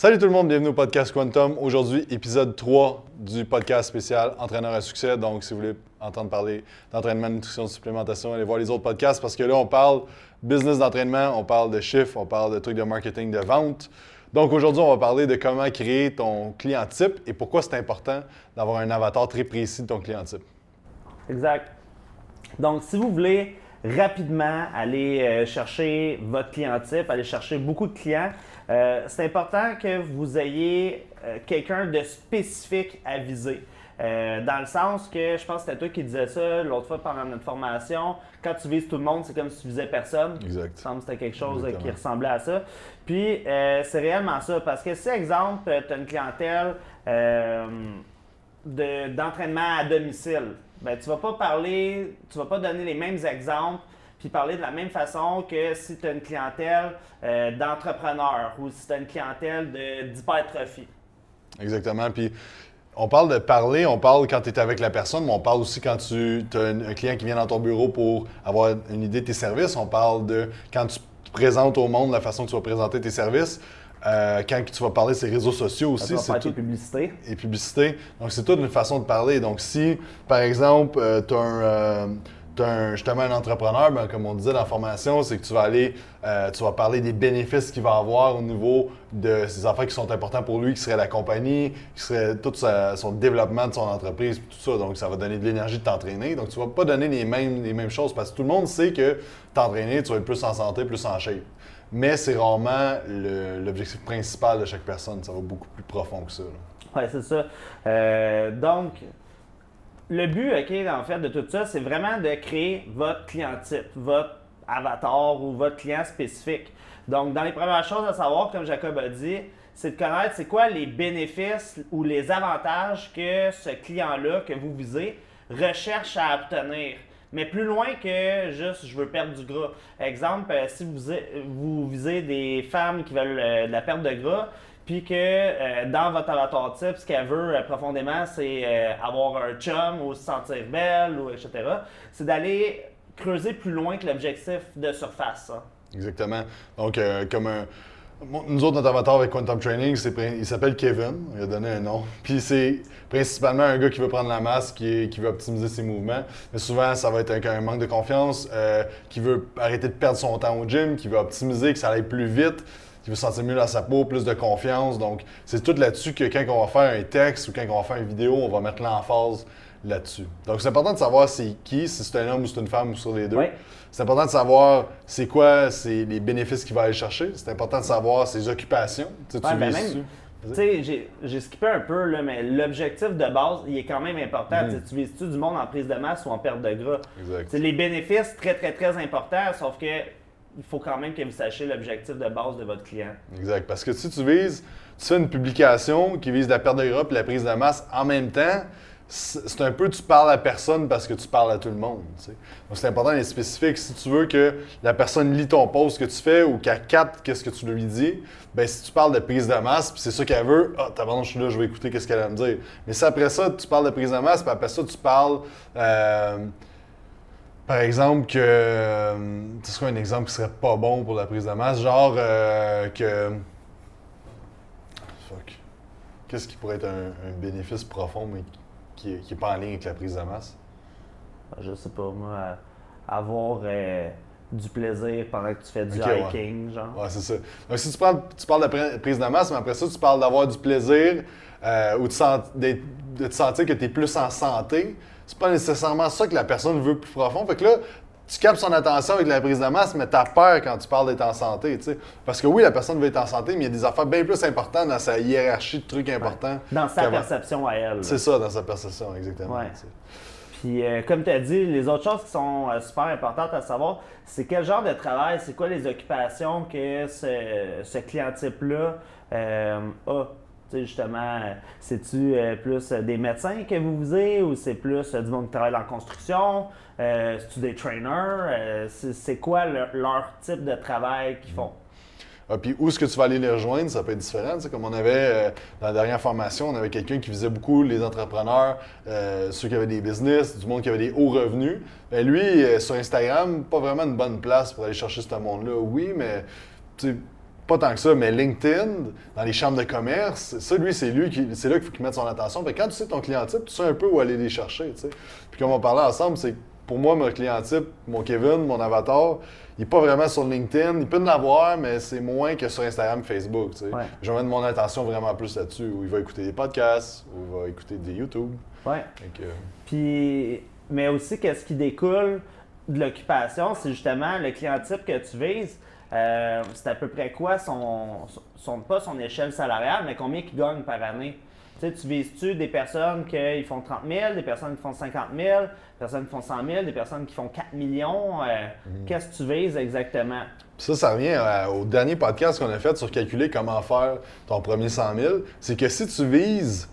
Salut tout le monde, bienvenue au podcast Quantum. Aujourd'hui, épisode 3 du podcast spécial Entraîneur à succès. Donc, si vous voulez entendre parler d'entraînement, de nutrition, de supplémentation, allez voir les autres podcasts parce que là, on parle business d'entraînement, on parle de chiffres, on parle de trucs de marketing, de vente. Donc, aujourd'hui, on va parler de comment créer ton client type et pourquoi c'est important d'avoir un avatar très précis de ton client type. Exact. Donc, si vous voulez rapidement aller chercher votre client type, aller chercher beaucoup de clients, c'est important que vous ayez quelqu'un de spécifique à viser. Dans le sens que, je pense que c'était toi qui disais ça l'autre fois pendant notre formation, quand tu vises tout le monde, c'est comme si tu visais personne. Exact. Il me semble que c'était quelque chose Exactement. qui ressemblait à ça. Puis, c'est réellement ça, parce que si, exemple, tu as une clientèle d'entraînement à domicile, ben, tu vas pas donner les mêmes exemples puis parler de la même façon que si tu as une clientèle d'entrepreneurs ou si tu as une clientèle d'hypertrophie. Exactement. Puis, on parle de parler, on parle quand tu es avec la personne, mais on parle aussi quand tu as un client qui vient dans ton bureau pour avoir une idée de tes services. On parle de quand tu te présentes au monde, la façon que tu vas présenter tes services. Quand tu vas parler de ces réseaux sociaux aussi, c'est tout. Publicités. Et publicités. Donc, c'est toute une façon de parler. Donc, si, par exemple, tu as justement un entrepreneur, ben, comme on disait dans la formation, c'est que tu vas parler des bénéfices qu'il va avoir au niveau de ces affaires qui sont importants pour lui, qui serait la compagnie, qui serait tout son développement de son entreprise, tout ça. Donc, ça va donner de l'énergie de t'entraîner. Donc, tu ne vas pas donner les mêmes choses parce que tout le monde sait que t'entraîner, tu vas être plus en santé, plus en shape. Mais c'est rarement l'objectif principal de chaque personne. Ça va beaucoup plus profond que ça. Oui, c'est ça. Donc, le but, en fait, de tout ça, c'est vraiment de créer votre client type, votre avatar ou votre client spécifique. Donc, dans les premières choses à savoir, comme Jacob a dit, c'est de connaître c'est quoi les bénéfices ou les avantages que ce client-là que vous visez recherche à obtenir. Mais plus loin que juste je veux perdre du gras. Exemple, si vous visez des femmes qui veulent de la perte de gras, puis que dans votre avatar type, ce qu'elle veut profondément, c'est avoir un chum ou se sentir belle, ou etc. C'est d'aller creuser plus loin que l'objectif de surface. Hein. Exactement. Donc, nous autres, notre avatar avec Quantum Training, il s'appelle Kevin. Il a donné un nom. Puis c'est principalement un gars qui veut prendre la masse, qui veut optimiser ses mouvements. Mais souvent, ça va être un manque de confiance, qui veut arrêter de perdre son temps au gym, qui veut optimiser, que ça aille plus vite, qui veut se sentir mieux dans sa peau, plus de confiance. Donc, c'est tout là-dessus que quand on va faire un texte ou quand on va faire une vidéo, on va mettre l'emphase là-dessus. Donc, c'est important de savoir c'est qui, si c'est un homme ou c'est une femme ou sur les deux. Oui. C'est important de savoir c'est quoi les bénéfices qu'il va aller chercher. C'est important de savoir ses occupations. J'ai skippé un peu, là, mais l'objectif de base, il est quand même important. Tu vises-tu du monde en prise de masse ou en perte de gras? Exact. Les bénéfices, très, très, très importants, sauf que il faut quand même que vous sachiez l'objectif de base de votre client. Exact. Parce que si tu fais une publication qui vise la perte de gras et la prise de masse en même temps, c'est un peu tu parles à personne parce que tu parles à tout le monde. T'sais. Donc, c'est important d'être spécifique. Si tu veux que la personne lit ton post que tu fais ou qu'elle capte qu'est-ce que tu lui dis, ben si tu parles de prise de masse puis c'est ça qu'elle veut, je suis là, je vais écouter qu'est-ce qu'elle va me dire. Mais si après ça, tu parles de prise de masse puis après ça, tu parles... par exemple, ce serait un exemple qui serait pas bon pour la prise de masse, genre qu'est-ce qui pourrait être un bénéfice profond, mais qui n'est pas en ligne avec la prise de masse? Je sais pas, moi, avoir du plaisir pendant que tu fais du hiking, genre. Ouais, c'est ça. Donc, si tu parles de prise de masse, mais après ça, tu parles d'avoir du plaisir ou de te sentir que tu es plus en santé, c'est pas nécessairement ça que la personne veut plus profond. Fait que là, tu captes son attention avec la prise de masse, mais tu as peur quand tu parles d'être en santé. T'sais. Parce que oui, la personne veut être en santé, mais il y a des affaires bien plus importantes dans sa hiérarchie de trucs importants. Dans sa perception à elle. C'est ça, dans sa perception, exactement. Ouais. Puis, comme tu as dit, les autres choses qui sont super importantes à savoir, c'est quel genre de travail, c'est quoi les occupations que ce client type-là a. Tu sais, justement, c'est-tu plus des médecins que vous visez ou c'est plus du monde qui travaille dans la construction? C'est-tu des trainers? C'est quoi leur type de travail qu'ils font? Puis où est-ce que tu vas aller les rejoindre, ça peut être différent. T'sais, comme on avait dans la dernière formation, on avait quelqu'un qui visait beaucoup les entrepreneurs, ceux qui avaient des business, du monde qui avait des hauts revenus. Ben lui, sur Instagram, pas vraiment une bonne place pour aller chercher ce monde-là. Oui, mais pas tant que ça, mais LinkedIn, dans les chambres de commerce, ça, lui, c'est là qu'il faut qu'il mette son attention. Fait que quand tu sais ton client type, tu sais un peu où aller les chercher, tu sais. Puis comme on parlait ensemble, c'est que pour moi, mon client type, mon Kevin, mon avatar, il n'est pas vraiment sur LinkedIn. Il peut en avoir, mais c'est moins que sur Instagram et Facebook, tu sais. Ouais. Je vais mettre mon attention vraiment plus là-dessus, où il va écouter des podcasts, où il va écouter des YouTube. Ouais. Fait que, Puis, mais aussi, qu'est-ce qui découle de l'occupation, c'est justement le client type que tu vises. C'est à peu près quoi pas son échelle salariale, mais combien il gagne par année? Tu vises-tu des personnes qui font 30 000, des personnes qui font 50 000, des personnes qui font 100 000, des personnes qui font 4 millions? Qu'est-ce que tu vises exactement? ça revient au dernier podcast qu'on a fait sur calculer comment faire ton premier 100 000. C'est que si tu vises,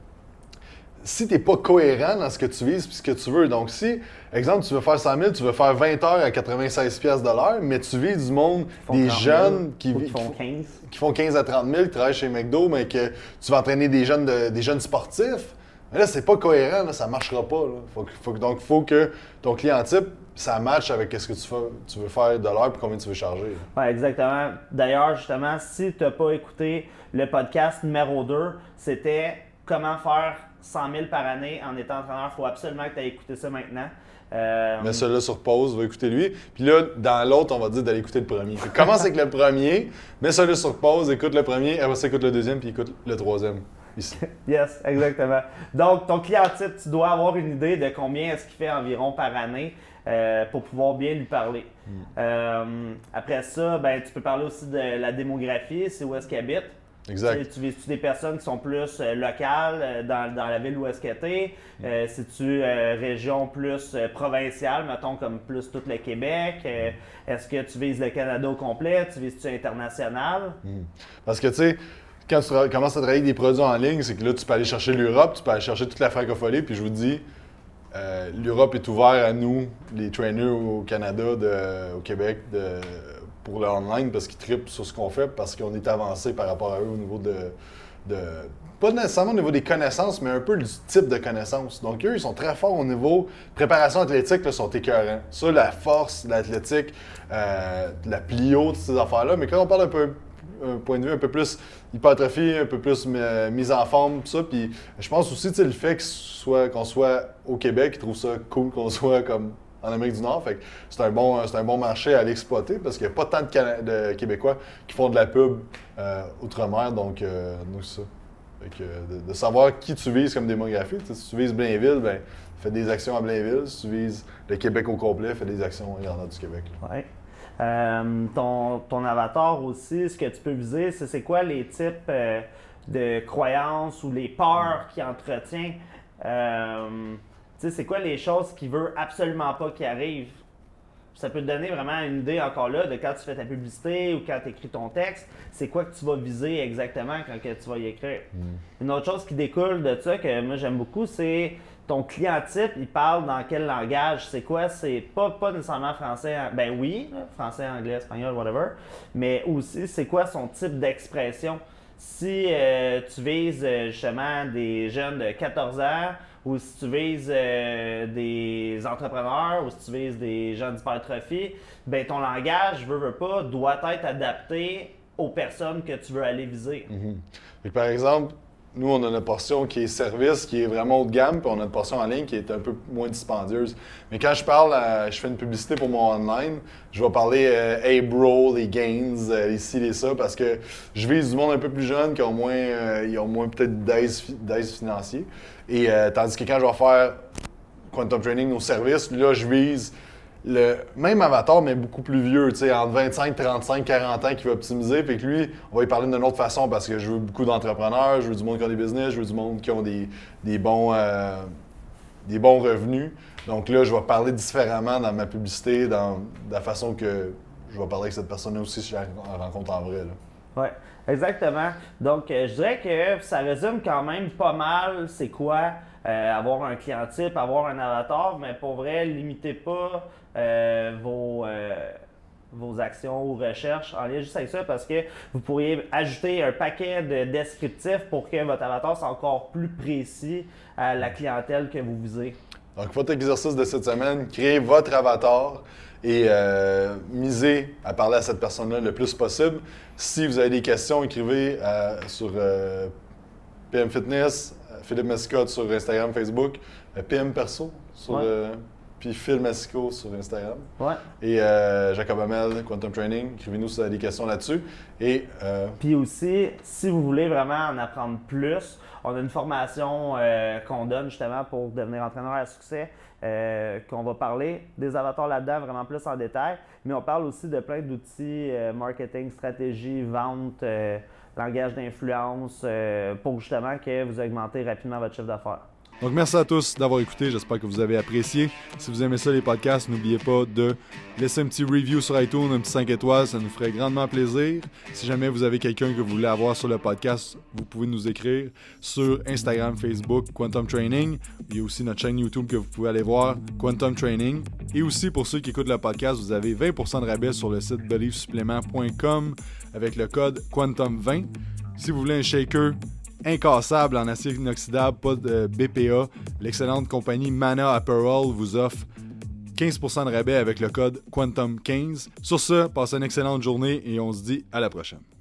si tu n'es pas cohérent dans ce que tu vises et ce que tu veux, donc si, exemple, tu veux faire 100 000, tu veux faire 20 heures à 96 pièces de l'heure, mais tu vises du monde, des jeunes qui font 15 à 30 000, qui travaillent chez McDo, mais que tu vas entraîner des jeunes sportifs, mais là, c'est pas cohérent, là, ça ne marchera pas. Là. Donc, il faut que ton client type, ça matche avec ce que tu veux faire de l'heure et combien tu veux charger. Oui, exactement. D'ailleurs, justement, si tu n'as pas écouté le podcast numéro 2, c'était comment faire 100 000 par année en étant entraîneur. Il faut absolument que tu aies écouté ça maintenant. Mets celui-là sur pause, va écouter lui. Puis là, dans l'autre, on va dire d'aller écouter le premier. Commence avec le premier, mets celui sur pause, écoute le premier, après ça, écoute le deuxième, puis écoute le troisième. Ici. Yes, exactement. Donc, ton client type, tu dois avoir une idée de combien est-ce qu'il fait environ par année pour pouvoir bien lui parler. Après ça, ben, tu peux parler aussi de la démographie, c'est où est-ce qu'il habite. Exact. Tu vises-tu des personnes qui sont plus locales dans la ville où est-ce que tu es? C'est-tu région plus provinciale, mettons comme plus tout le Québec? Est-ce que tu vises le Canada au complet? Tu vises-tu international? Parce que tu sais, quand tu commences à travailler avec des produits en ligne, c'est que là, tu peux aller chercher l'Europe, tu peux aller chercher toute la francophonie, puis je vous dis, l'Europe est ouverte à nous, les trainers au Canada, au Québec, pour le online, parce qu'ils trippent sur ce qu'on fait, parce qu'on est avancé par rapport à eux au niveau pas nécessairement au niveau des connaissances, mais un peu du type de connaissances. Donc eux, ils sont très forts au niveau préparation athlétique, là, sont écœurants. Ça, la force, l'athlétique, la plio, toutes ces affaires-là. Mais quand on parle un point de vue un peu plus hypertrophie, un peu plus mise en forme, tout ça. Puis je pense aussi, le fait qu'on soit au Québec, ils trouvent ça cool qu'on soit comme en Amérique du Nord. Fait que c'est un bon marché à aller exploiter parce qu'il n'y a pas tant de Québécois qui font de la pub outre-mer. Donc c'est ça. Fait que de savoir qui tu vises comme démographie. Si tu vises Blainville, ben fais des actions à Blainville. Si tu vises le Québec au complet, fais des actions au Nord du Québec. Oui. Ton avatar aussi, ce que tu peux viser, c'est quoi les types de croyances ou les peurs qu'il entretient. C'est quoi les choses qu'il veut absolument pas qui arrivent. Ça peut te donner vraiment une idée encore là de quand tu fais ta publicité ou quand tu écris ton texte, c'est quoi que tu vas viser exactement quand tu vas y écrire. Une autre chose qui découle de ça que moi j'aime beaucoup, c'est ton client type, il parle dans quel langage? C'est quoi? C'est pas nécessairement français, ben oui, français, anglais, espagnol, whatever, mais aussi c'est quoi son type d'expression? Si tu vises justement des jeunes de 14 ans, ou si tu vises des entrepreneurs, ou si tu vises des gens d'hypertrophie, ben ton langage, veux pas, doit être adapté aux personnes que tu veux aller viser. Et par exemple, nous, on a notre portion qui est service, qui est vraiment haut de gamme, puis on a une portion en ligne qui est un peu moins dispendieuse. Mais quand je fais une publicité pour mon online, je vais parler Hey bro, les gains, les ci, les ça, parce que je vise du monde un peu plus jeune qui ont moins peut-être d'aise financier. Et tandis que quand je vais faire Quantum Training, nos services, là, je vise le même avatar, mais beaucoup plus vieux, tu sais, entre 25, 35, 40 ans qui va optimiser. Fait que lui, on va y parler d'une autre façon parce que je veux beaucoup d'entrepreneurs, je veux du monde qui ont des business, je veux du monde qui ont des bons revenus. Donc là, je vais parler différemment dans ma publicité, dans la façon que je vais parler avec cette personne-là aussi si je la rencontre en vrai. Oui, exactement. Donc, je dirais que ça résume quand même pas mal c'est quoi avoir un client type, avoir un avatar, mais pour vrai, limitez pas vos actions ou recherches en lien juste avec ça parce que vous pourriez ajouter un paquet de descriptifs pour que votre avatar soit encore plus précis à la clientèle que vous visez. Donc, votre exercice de cette semaine, créez votre avatar et misez à parler à cette personne-là le plus possible. Si vous avez des questions, écrivez sur PM Fitness, Philippe Mascotte sur Instagram, Facebook, PM Perso sur... puis Phil Massico sur Instagram. Ouais. Et Jacob Hamel, Quantum Training. Écrivez-nous si vous avez des questions là-dessus. Et puis aussi, si vous voulez vraiment en apprendre plus, on a une formation qu'on donne justement pour devenir entraîneur à succès, qu'on va parler des avatars là-dedans vraiment plus en détail. Mais on parle aussi de plein d'outils, marketing, stratégie, vente, langage d'influence, pour justement que vous augmentez rapidement votre chiffre d'affaires. Donc, merci à tous d'avoir écouté. J'espère que vous avez apprécié. Si vous aimez ça, les podcasts, n'oubliez pas de laisser un petit review sur iTunes, un petit 5 étoiles. Ça nous ferait grandement plaisir. Si jamais vous avez quelqu'un que vous voulez avoir sur le podcast, vous pouvez nous écrire sur Instagram, Facebook, Quantum Training. Il y a aussi notre chaîne YouTube que vous pouvez aller voir, Quantum Training. Et aussi, pour ceux qui écoutent le podcast, vous avez 20% de rabais sur le site beliefsupplement.com avec le code Quantum20. Si vous voulez un shaker incassable en acier inoxydable, pas de BPA, l'excellente compagnie Mana Apparel vous offre 15% de rabais avec le code Quantum15. Sur ce, passez une excellente journée et on se dit à la prochaine.